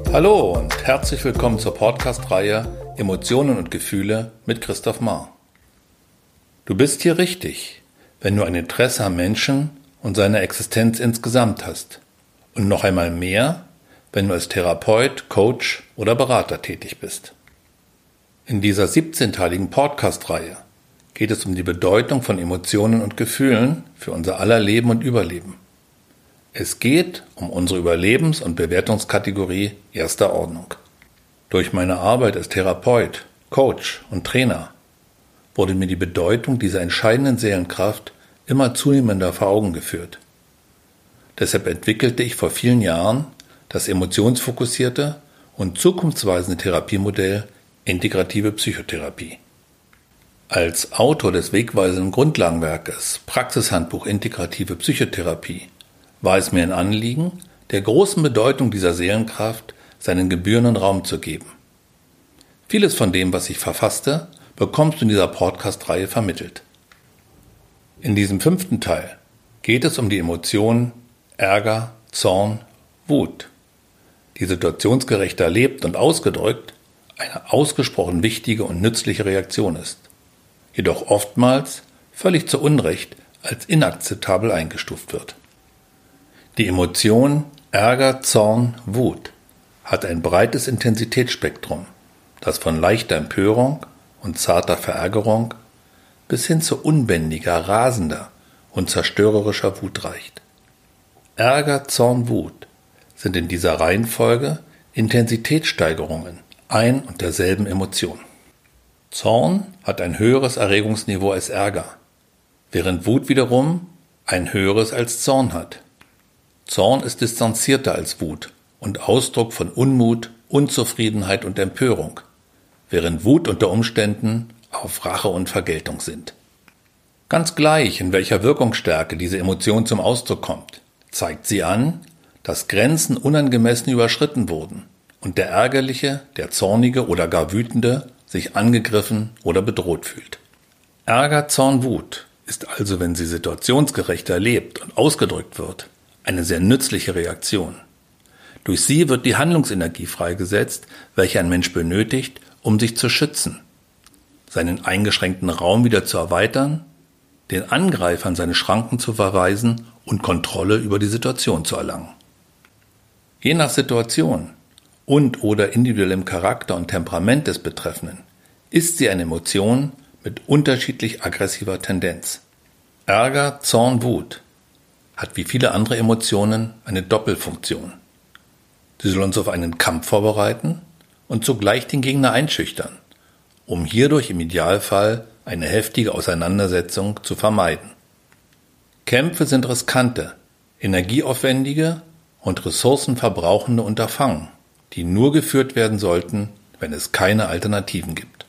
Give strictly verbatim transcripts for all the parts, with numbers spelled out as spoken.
Hallo und herzlich willkommen zur Podcast-Reihe Emotionen und Gefühle mit Christoph Mahr. Du bist hier richtig, wenn du ein Interesse am Menschen und seiner Existenz insgesamt hast. Und noch einmal mehr, wenn du als Therapeut, Coach oder Berater tätig bist. In dieser siebzehnteiligen Podcast-Reihe geht es um die Bedeutung von Emotionen und Gefühlen für unser aller Leben und Überleben. Es geht um unsere Überlebens- und Bewertungskategorie erster Ordnung. Durch meine Arbeit als Therapeut, Coach und Trainer wurde mir die Bedeutung dieser entscheidenden Seelenkraft immer zunehmender vor Augen geführt. Deshalb entwickelte ich vor vielen Jahren das emotionsfokussierte und zukunftsweisende Therapiemodell Integrative Psychotherapie. Als Autor des wegweisenden Grundlagenwerkes Praxishandbuch Integrative Psychotherapie war es mir ein Anliegen, der großen Bedeutung dieser Seelenkraft seinen gebührenden Raum zu geben. Vieles von dem, was ich verfasste, bekommst du in dieser Podcast-Reihe vermittelt. In diesem fünften Teil geht es um die Emotionen Ärger, Zorn, Wut, die situationsgerecht erlebt und ausgedrückt eine ausgesprochen wichtige und nützliche Reaktion ist, jedoch oftmals völlig zu Unrecht als inakzeptabel eingestuft wird. Die Emotion Ärger, Zorn, Wut hat ein breites Intensitätsspektrum, das von leichter Empörung und zarter Verärgerung bis hin zu unbändiger, rasender und zerstörerischer Wut reicht. Ärger, Zorn, Wut sind in dieser Reihenfolge Intensitätssteigerungen ein und derselben Emotion. Zorn hat ein höheres Erregungsniveau als Ärger, während Wut wiederum ein höheres als Zorn hat. Zorn ist distanzierter als Wut und Ausdruck von Unmut, Unzufriedenheit und Empörung, während Wut unter Umständen auf Rache und Vergeltung sind. Ganz gleich, in welcher Wirkungsstärke diese Emotion zum Ausdruck kommt, zeigt sie an, dass Grenzen unangemessen überschritten wurden und der Ärgerliche, der Zornige oder gar Wütende sich angegriffen oder bedroht fühlt. Ärger, Zorn, Wut ist also, wenn sie situationsgerecht erlebt und ausgedrückt wird, eine sehr nützliche Reaktion. Durch sie wird die Handlungsenergie freigesetzt, welche ein Mensch benötigt, um sich zu schützen, seinen eingeschränkten Raum wieder zu erweitern, den Angreifern seine Schranken zu verweisen und Kontrolle über die Situation zu erlangen. Je nach Situation und oder individuellem Charakter und Temperament des Betreffenden ist sie eine Emotion mit unterschiedlich aggressiver Tendenz. Ärger, Zorn, Wut hat wie viele andere Emotionen eine Doppelfunktion. Sie soll uns auf einen Kampf vorbereiten und zugleich den Gegner einschüchtern, um hierdurch im Idealfall eine heftige Auseinandersetzung zu vermeiden. Kämpfe sind riskante, energieaufwendige und ressourcenverbrauchende Unterfangen, die nur geführt werden sollten, wenn es keine Alternativen gibt.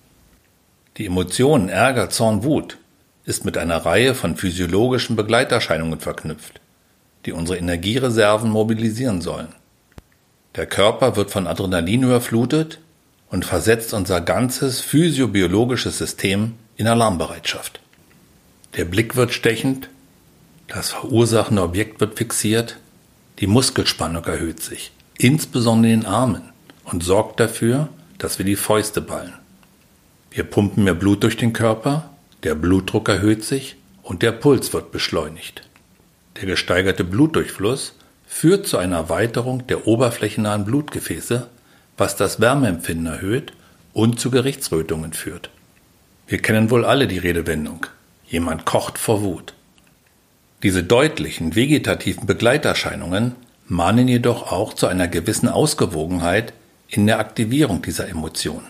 Die Emotionen Ärger, Zorn, Wut ist mit einer Reihe von physiologischen Begleiterscheinungen verknüpft, die unsere Energiereserven mobilisieren sollen. Der Körper wird von Adrenalin überflutet und versetzt unser ganzes physiobiologisches System in Alarmbereitschaft. Der Blick wird stechend, das verursachende Objekt wird fixiert, die Muskelspannung erhöht sich, insbesondere in den Armen, und sorgt dafür, dass wir die Fäuste ballen. Wir pumpen mehr Blut durch den Körper, der Blutdruck erhöht sich und der Puls wird beschleunigt. Der gesteigerte Blutdurchfluss führt zu einer Erweiterung der oberflächennahen Blutgefäße, was das Wärmeempfinden erhöht und zu Gerichtsrötungen führt. Wir kennen wohl alle die Redewendung: Jemand kocht vor Wut. Diese deutlichen vegetativen Begleiterscheinungen mahnen jedoch auch zu einer gewissen Ausgewogenheit in der Aktivierung dieser Emotion.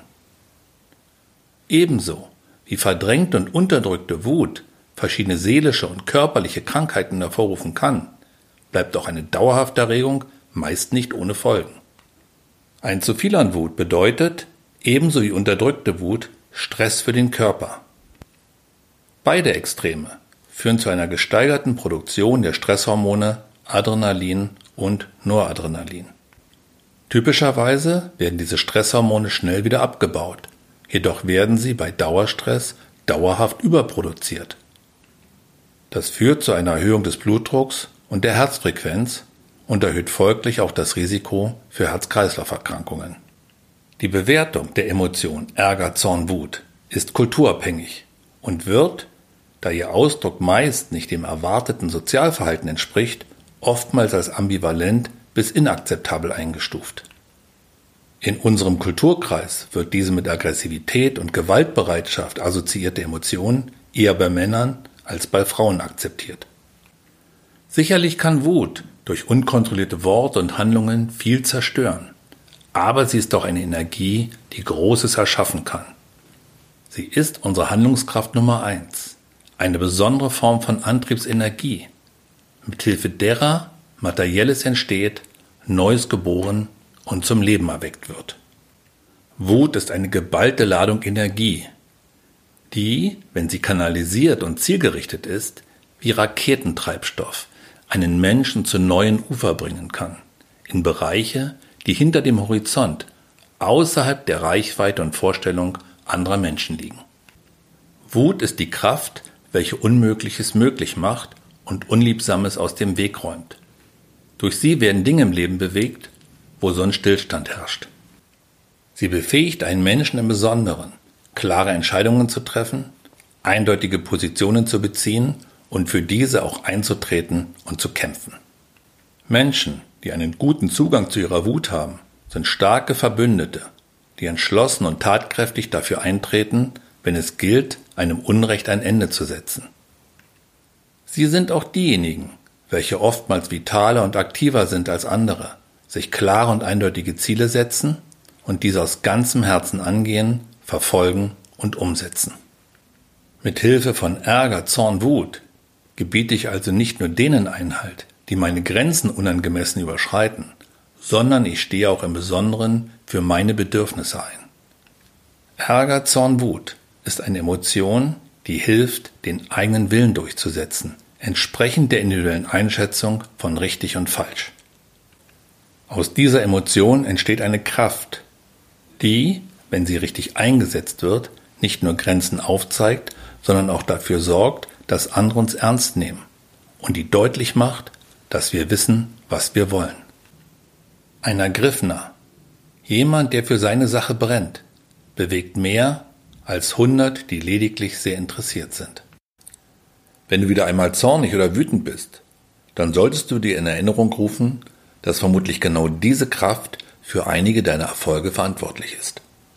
Ebenso wie verdrängte und unterdrückte Wut verschiedene seelische und körperliche Krankheiten hervorrufen kann, bleibt auch eine dauerhafte Erregung meist nicht ohne Folgen. Ein zu viel an Wut bedeutet, ebenso wie unterdrückte Wut, Stress für den Körper. Beide Extreme führen zu einer gesteigerten Produktion der Stresshormone Adrenalin und Noradrenalin. Typischerweise werden diese Stresshormone schnell wieder abgebaut, jedoch werden sie bei Dauerstress dauerhaft überproduziert. Das führt zu einer Erhöhung des Blutdrucks und der Herzfrequenz und erhöht folglich auch das Risiko für Herz-Kreislauf-Erkrankungen. Die Bewertung der Emotion Ärger, Zorn, Wut ist kulturabhängig und wird, da ihr Ausdruck meist nicht dem erwarteten Sozialverhalten entspricht, oftmals als ambivalent bis inakzeptabel eingestuft. In unserem Kulturkreis wird diese mit Aggressivität und Gewaltbereitschaft assoziierte Emotion eher bei Männern als bei Frauen akzeptiert. Sicherlich kann Wut durch unkontrollierte Worte und Handlungen viel zerstören, aber sie ist doch eine Energie, die Großes erschaffen kann. Sie ist unsere Handlungskraft Nummer eins, eine besondere Form von Antriebsenergie, mithilfe derer Materielles entsteht, Neues geboren und zum Leben erweckt wird. Wut ist eine geballte Ladung Energie, die, wenn sie kanalisiert und zielgerichtet ist, wie Raketentreibstoff einen Menschen zu neuen Ufer bringen kann, in Bereiche, die hinter dem Horizont, außerhalb der Reichweite und Vorstellung anderer Menschen liegen. Wut ist die Kraft, welche Unmögliches möglich macht und Unliebsames aus dem Weg räumt. Durch sie werden Dinge im Leben bewegt, wo sonst Stillstand herrscht. Sie befähigt einen Menschen im Besonderen, klare Entscheidungen zu treffen, eindeutige Positionen zu beziehen und für diese auch einzutreten und zu kämpfen. Menschen, die einen guten Zugang zu ihrer Wut haben, sind starke Verbündete, die entschlossen und tatkräftig dafür eintreten, wenn es gilt, einem Unrecht ein Ende zu setzen. Sie sind auch diejenigen, welche oftmals vitaler und aktiver sind als andere, sich klare und eindeutige Ziele setzen und diese aus ganzem Herzen angehen, verfolgen und umsetzen. Mit Hilfe von Ärger, Zorn, Wut gebiete ich also nicht nur denen Einhalt, die meine Grenzen unangemessen überschreiten, sondern ich stehe auch im Besonderen für meine Bedürfnisse ein. Ärger, Zorn, Wut ist eine Emotion, die hilft, den eigenen Willen durchzusetzen, entsprechend der individuellen Einschätzung von richtig und falsch. Aus dieser Emotion entsteht eine Kraft, die, wenn sie richtig eingesetzt wird, nicht nur Grenzen aufzeigt, sondern auch dafür sorgt, dass andere uns ernst nehmen und die deutlich macht, dass wir wissen, was wir wollen. Ein Ergriffener, jemand, der für seine Sache brennt, bewegt mehr als hundert, die lediglich sehr interessiert sind. Wenn du wieder einmal zornig oder wütend bist, dann solltest du dir in Erinnerung rufen, dass vermutlich genau diese Kraft für einige deiner Erfolge verantwortlich ist.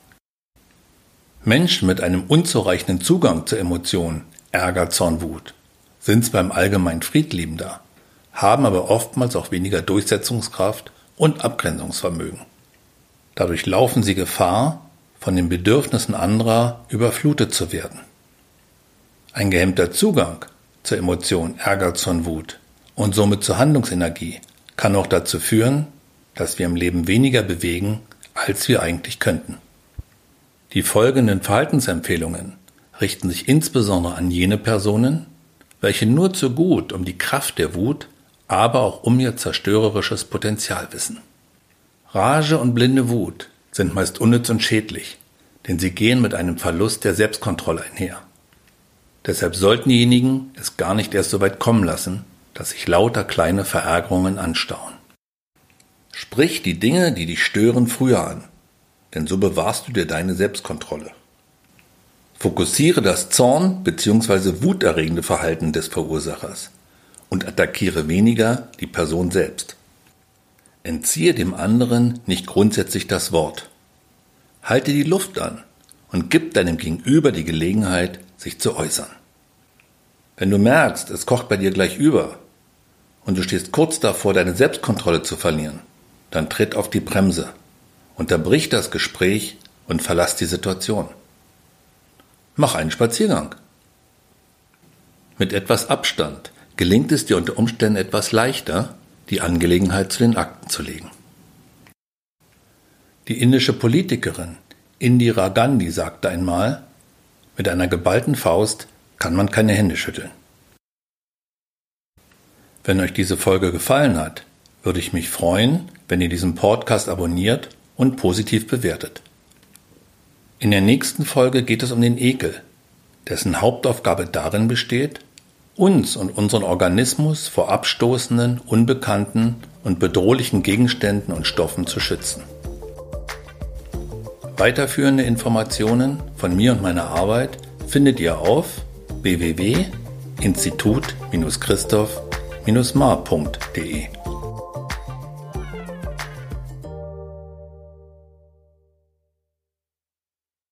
Menschen mit einem unzureichenden Zugang zur Emotion Ärger, Zorn, Wut sind zwar im Allgemeinen friedliebender, haben aber oftmals auch weniger Durchsetzungskraft und Abgrenzungsvermögen. Dadurch laufen sie Gefahr, von den Bedürfnissen anderer überflutet zu werden. Ein gehemmter Zugang zur Emotion Ärger, Zorn, Wut und somit zur Handlungsenergie kann auch dazu führen, dass wir im Leben weniger bewegen, als wir eigentlich könnten. Die folgenden Verhaltensempfehlungen richten sich insbesondere an jene Personen, welche nur zu gut um die Kraft der Wut, aber auch um ihr zerstörerisches Potenzial wissen. Rage und blinde Wut sind meist unnütz und schädlich, denn sie gehen mit einem Verlust der Selbstkontrolle einher. Deshalb sollten diejenigen es gar nicht erst so weit kommen lassen, dass sich lauter kleine Verärgerungen anstauen. Sprich die Dinge, die dich stören, früher an, denn so bewahrst du dir deine Selbstkontrolle. Fokussiere das Zorn- bzw. wuterregende Verhalten des Verursachers und attackiere weniger die Person selbst. Entziehe dem anderen nicht grundsätzlich das Wort. Halte die Luft an und gib deinem Gegenüber die Gelegenheit, sich zu äußern. Wenn du merkst, es kocht bei dir gleich über und du stehst kurz davor, deine Selbstkontrolle zu verlieren, dann tritt auf die Bremse, unterbrich das Gespräch und verlass die Situation. Mach einen Spaziergang. Mit etwas Abstand gelingt es dir unter Umständen etwas leichter, die Angelegenheit zu den Akten zu legen. Die indische Politikerin Indira Gandhi sagte einmal, mit einer geballten Faust kann man keine Hände schütteln. Wenn euch diese Folge gefallen hat, würde ich mich freuen, wenn ihr diesen Podcast abonniert und positiv bewertet. In der nächsten Folge geht es um den Ekel, dessen Hauptaufgabe darin besteht, uns und unseren Organismus vor abstoßenden, unbekannten und bedrohlichen Gegenständen und Stoffen zu schützen. Weiterführende Informationen von mir und meiner Arbeit findet ihr auf w w w punkt institut Bindestrich christoph Bindestrich mar punkt de.